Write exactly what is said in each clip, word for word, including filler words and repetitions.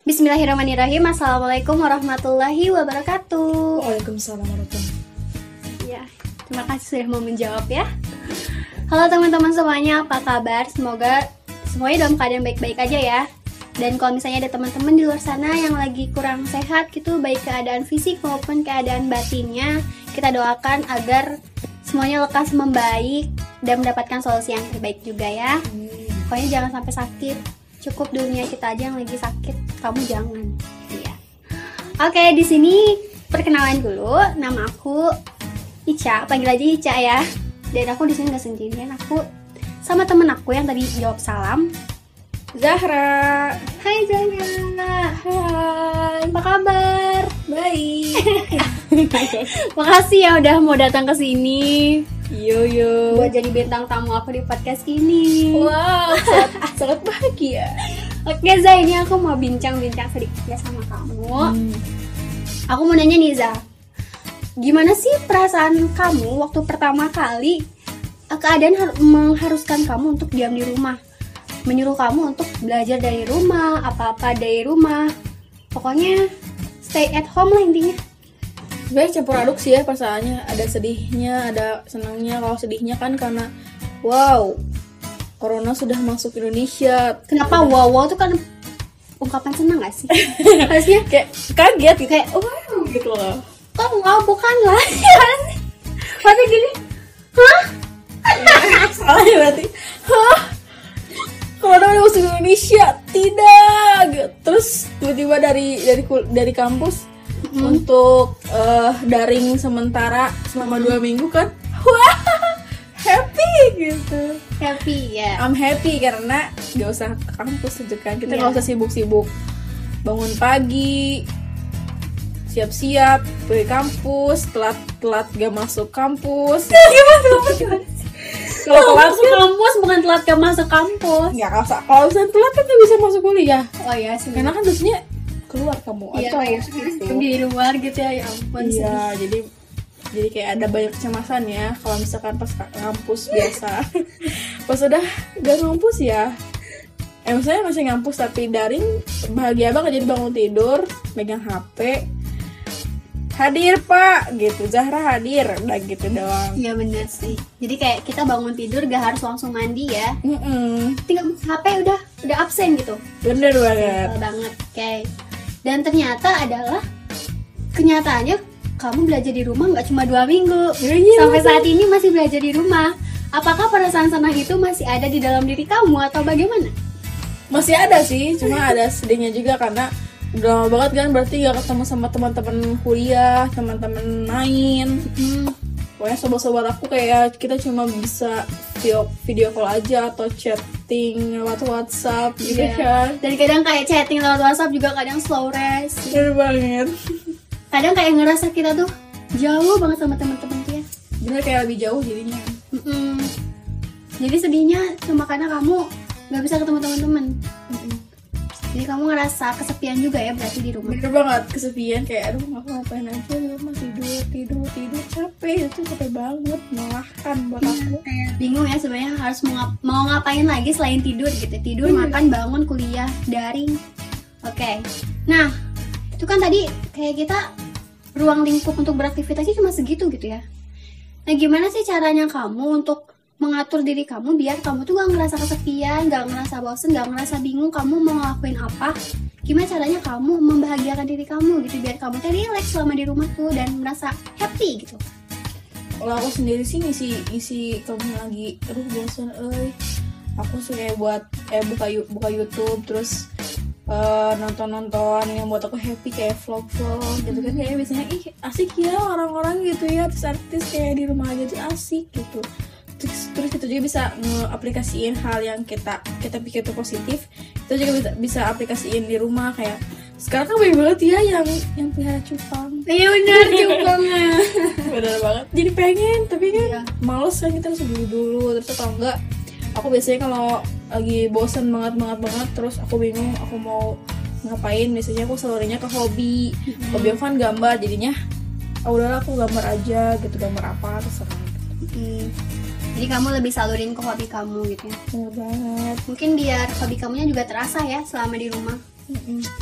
Bismillahirrahmanirrahim. Assalamualaikum warahmatullahi wabarakatuh. Waalaikumsalam warahmatullahi wabarakatuh. Ya, terima kasih sudah mau menjawab ya. Halo teman-teman semuanya, apa kabar? Semoga semuanya dalam keadaan baik-baik aja ya. Dan kalau misalnya ada teman-teman di luar sana yang lagi kurang sehat gitu, baik keadaan fisik maupun keadaan batinnya, kita doakan agar semuanya lekas membaik dan mendapatkan solusi yang terbaik juga ya. Pokoknya jangan sampai sakit. Cukup dunia kita aja yang lagi sakit, kamu jangan. Iya. Oke, di sini perkenalan dulu. Nama aku Ica, panggil aja Ica ya. Dan aku di sini nggak sendirian, aku sama temen aku yang tadi jawab salam. Zahra. Hai Zahra. Hai. Apa kabar? Baik. Makasih ya udah mau datang ke sini. Yo yo. Buat jadi bintang tamu aku di podcast ini. Wow, sangat, sangat bahagia. Oke Zah, ini aku mau bincang-bincang sedikit ya sama kamu. Hmm. Aku mau nanya nih Zah, gimana sih perasaan kamu waktu pertama kali keadaan har- mengharuskan kamu untuk diam di rumah, menyuruh kamu untuk belajar dari rumah, apa-apa dari rumah, pokoknya stay at home lah intinya. Sebenarnya campur aduk sih ya perasaannya. Ada sedihnya, ada senangnya. Kalau sedihnya kan karena wow, corona sudah masuk Indonesia. Kenapa wow wow tuh kan ungkapan senang gak sih? Harusnya Kayak kaget gitu. kayak Oh, wow gitu loh. kok wow bukan lah. Pasti gini, hah? Salah ya berarti. Hah? Corona udah masuk Indonesia? Tidak. Gitu. Terus tiba-tiba dari dari kul- dari kampus Hmm. untuk uh, daring sementara selama dua minggu kan, wah happy gitu. Happy ya. I'm happy karena gak usah ke kampus gitu kan, kita Iya. gak usah sibuk-sibuk bangun pagi, siap-siap pergi kampus, telat-telat gak masuk kampus. Kalau telat masuk kampus bukan telat gak masuk kampus. Nggak usah, kalau misalnya telat kan gak bisa masuk kuliah, Oh ya sih. karena kan biasanya keluar kamu Iya, atau iya. gitu. Di luar gitu ya, ya ampun. Iya, jadi jadi kayak ada banyak kecemasan ya kalau misalkan pas ka- ngampus biasa. Pas udah gak ngampus ya, eh maksudnya masih ngampus tapi daring, bahagia banget. Jadi bangun tidur, megang H P, hadir pak gitu, Zahra hadir, udah gitu doang. Iya bener sih. Jadi kayak kita bangun tidur gak harus langsung mandi ya. Mm-mm. Tinggal H P udah udah absen gitu. Bener banget. Betul banget, oke. Dan ternyata adalah kenyataannya kamu belajar di rumah nggak cuma dua minggu. Iya, Sampai betul. saat ini masih belajar di rumah. Apakah perasaan senang itu masih ada di dalam diri kamu atau bagaimana? Masih ada sih, cuma ada sedihnya juga karena udah lama banget kan, berarti gak ketemu sama teman-teman kuliah, teman-teman main. Hmm, Pokoknya sobat-sobat aku kayak kita cuma bisa video video call aja atau chatting lewat WhatsApp gitu iya. kan. Dan kadang kayak chatting lewat WhatsApp juga kadang slow res. Bener banget. Kadang kayak ngerasa kita tuh jauh banget sama teman-teman dia. Bener kayak lebih jauh jadinya. Mm-mm. Jadi sedihnya cuma karena kamu nggak bisa ketemu teman-teman. Jadi kamu ngerasa kesepian juga ya berarti di rumah. Bener banget, kesepian kayak aduh aku ngapain aja di rumah, tidur tidur tidur capek itu, capek banget, melelahkan buat aku. Bingung ya sebenarnya harus mau, ngap- mau ngapain lagi selain tidur gitu. Tidur, Hmm. makan, bangun, kuliah, daring. Oke. Nah, itu kan tadi kayak kita ruang lingkup untuk beraktivitasnya cuma segitu gitu ya. Nah, gimana sih caranya kamu untuk mengatur diri kamu biar kamu tuh gak ngerasa kesepian, gak ngerasa bosen, gak ngerasa bingung kamu mau ngelakuin apa? Gimana caranya kamu membahagiakan diri kamu gitu biar kamu tuh relax selama di rumah tuh dan merasa happy gitu. Kalau aku sendiri sih ngisi ngisi kalau lagi aduh bosan, eh aku suka kayak buat eh buka yu- buka YouTube terus eh, nonton-nonton yang buat aku happy kayak vlog-vlog gitu kan, kayak biasanya ih asik ya orang-orang gitu ya, artis-artis kayak di rumah aja tuh asik gitu. Terus, terus kita juga bisa nge-aplikasiin hal yang kita kita pikir itu positif, kita juga bisa bisa aplikasiin di rumah. Kayak sekarang kan banyak banget ya yang yang pelihara cupang. Iya benar cupangnya. Bener banget, jadi pengen tapi kan Iya. males kan, kita harus beli dulu. Terus atau enggak, aku biasanya kalau lagi bosen banget banget banget terus aku bingung aku mau ngapain, biasanya aku salurinya ke hobi. Hobi aku kan gambar, jadinya oh udahlah aku gambar aja gitu, gambar apa terserah gitu. Hmm. Jadi kamu lebih salurin ke hobi kamu gitu ya. Bener banget. Mungkin biar hobi kamunya juga terasa ya selama di rumah. Mm-mm.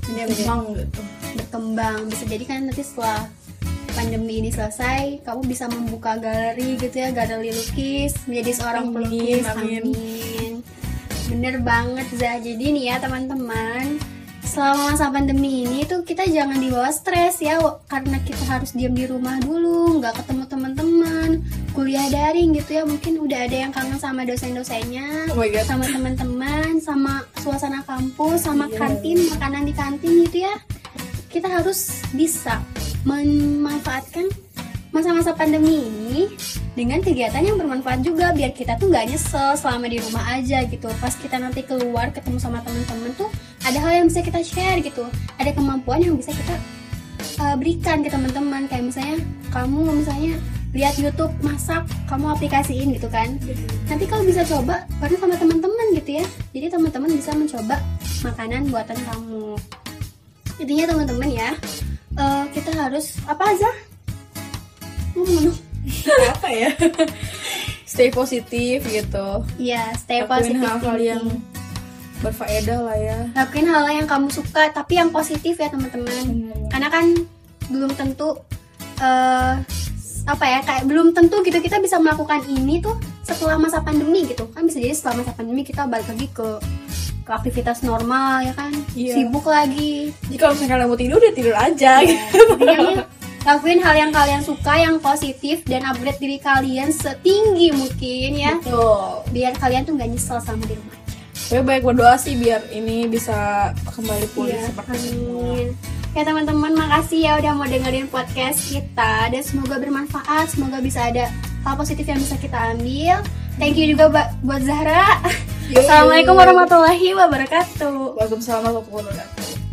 benar-benar Berkembang gitu. berkembang. Bisa jadi kan nanti setelah pandemi ini selesai, kamu bisa membuka galeri gitu ya, galeri lukis, menjadi seorang Amin, pelukis. amin. Amin. Bener banget Zah. Jadi nih ya teman-teman, selama masa pandemi ini tuh kita jangan dibawa stres ya, karena kita harus diam di rumah dulu, nggak ketemu teman-teman, kuliah daring gitu ya. Mungkin udah ada yang kangen sama dosen-dosennya, Oh my God. sama teman-teman, sama suasana kampus, sama Iya. kantin, makanan di kantin gitu ya. Kita harus bisa memanfaatkan masa-masa pandemi ini dengan kegiatan yang bermanfaat juga, biar kita tuh nggak nyesel selama di rumah aja gitu. Pas kita nanti keluar ketemu sama teman-teman tuh ada hal yang bisa kita share gitu, ada kemampuan yang bisa kita uh, berikan ke teman-teman. Kayak misalnya kamu misalnya lihat YouTube masak, kamu aplikasiin gitu kan. Nanti kamu bisa coba bareng sama teman-teman gitu ya. Jadi teman-teman bisa mencoba makanan buatan kamu. Intinya teman-teman ya, uh, kita harus apa aja? Ngomong dong. Apa ya? Stay positif gitu. Iya, stay Lakuin positif hal-hal yang thinking. berfaedah lah ya. Lakuin hal yang kamu suka, tapi yang positif ya teman-teman. Karena kan belum tentu uh, apa ya, kayak belum tentu gitu kita bisa melakukan ini tuh setelah masa pandemi gitu. Kan bisa jadi setelah masa pandemi kita balik lagi ke ke aktivitas normal ya kan. Iya. Sibuk lagi. Jadi kalau misalnya kalian mau tidur, ya tidur aja gitu. Intinya lakuin hal yang kalian suka, yang positif, dan upgrade diri kalian setinggi mungkin ya. Betul. Biar kalian tuh nggak nyesel sama di rumah. Saya baik berdoa sih biar ini bisa kembali pulih Iya, seperti semula. amin. Ya teman-teman, makasih ya udah mau dengerin podcast kita, dan semoga bermanfaat, semoga bisa ada hal positif yang bisa kita ambil. Thank you juga ba- buat Zahra. Yo, yo. Assalamualaikum warahmatullahi wabarakatuh. Waalaikumsalam warahmatullahi wabarakatuh.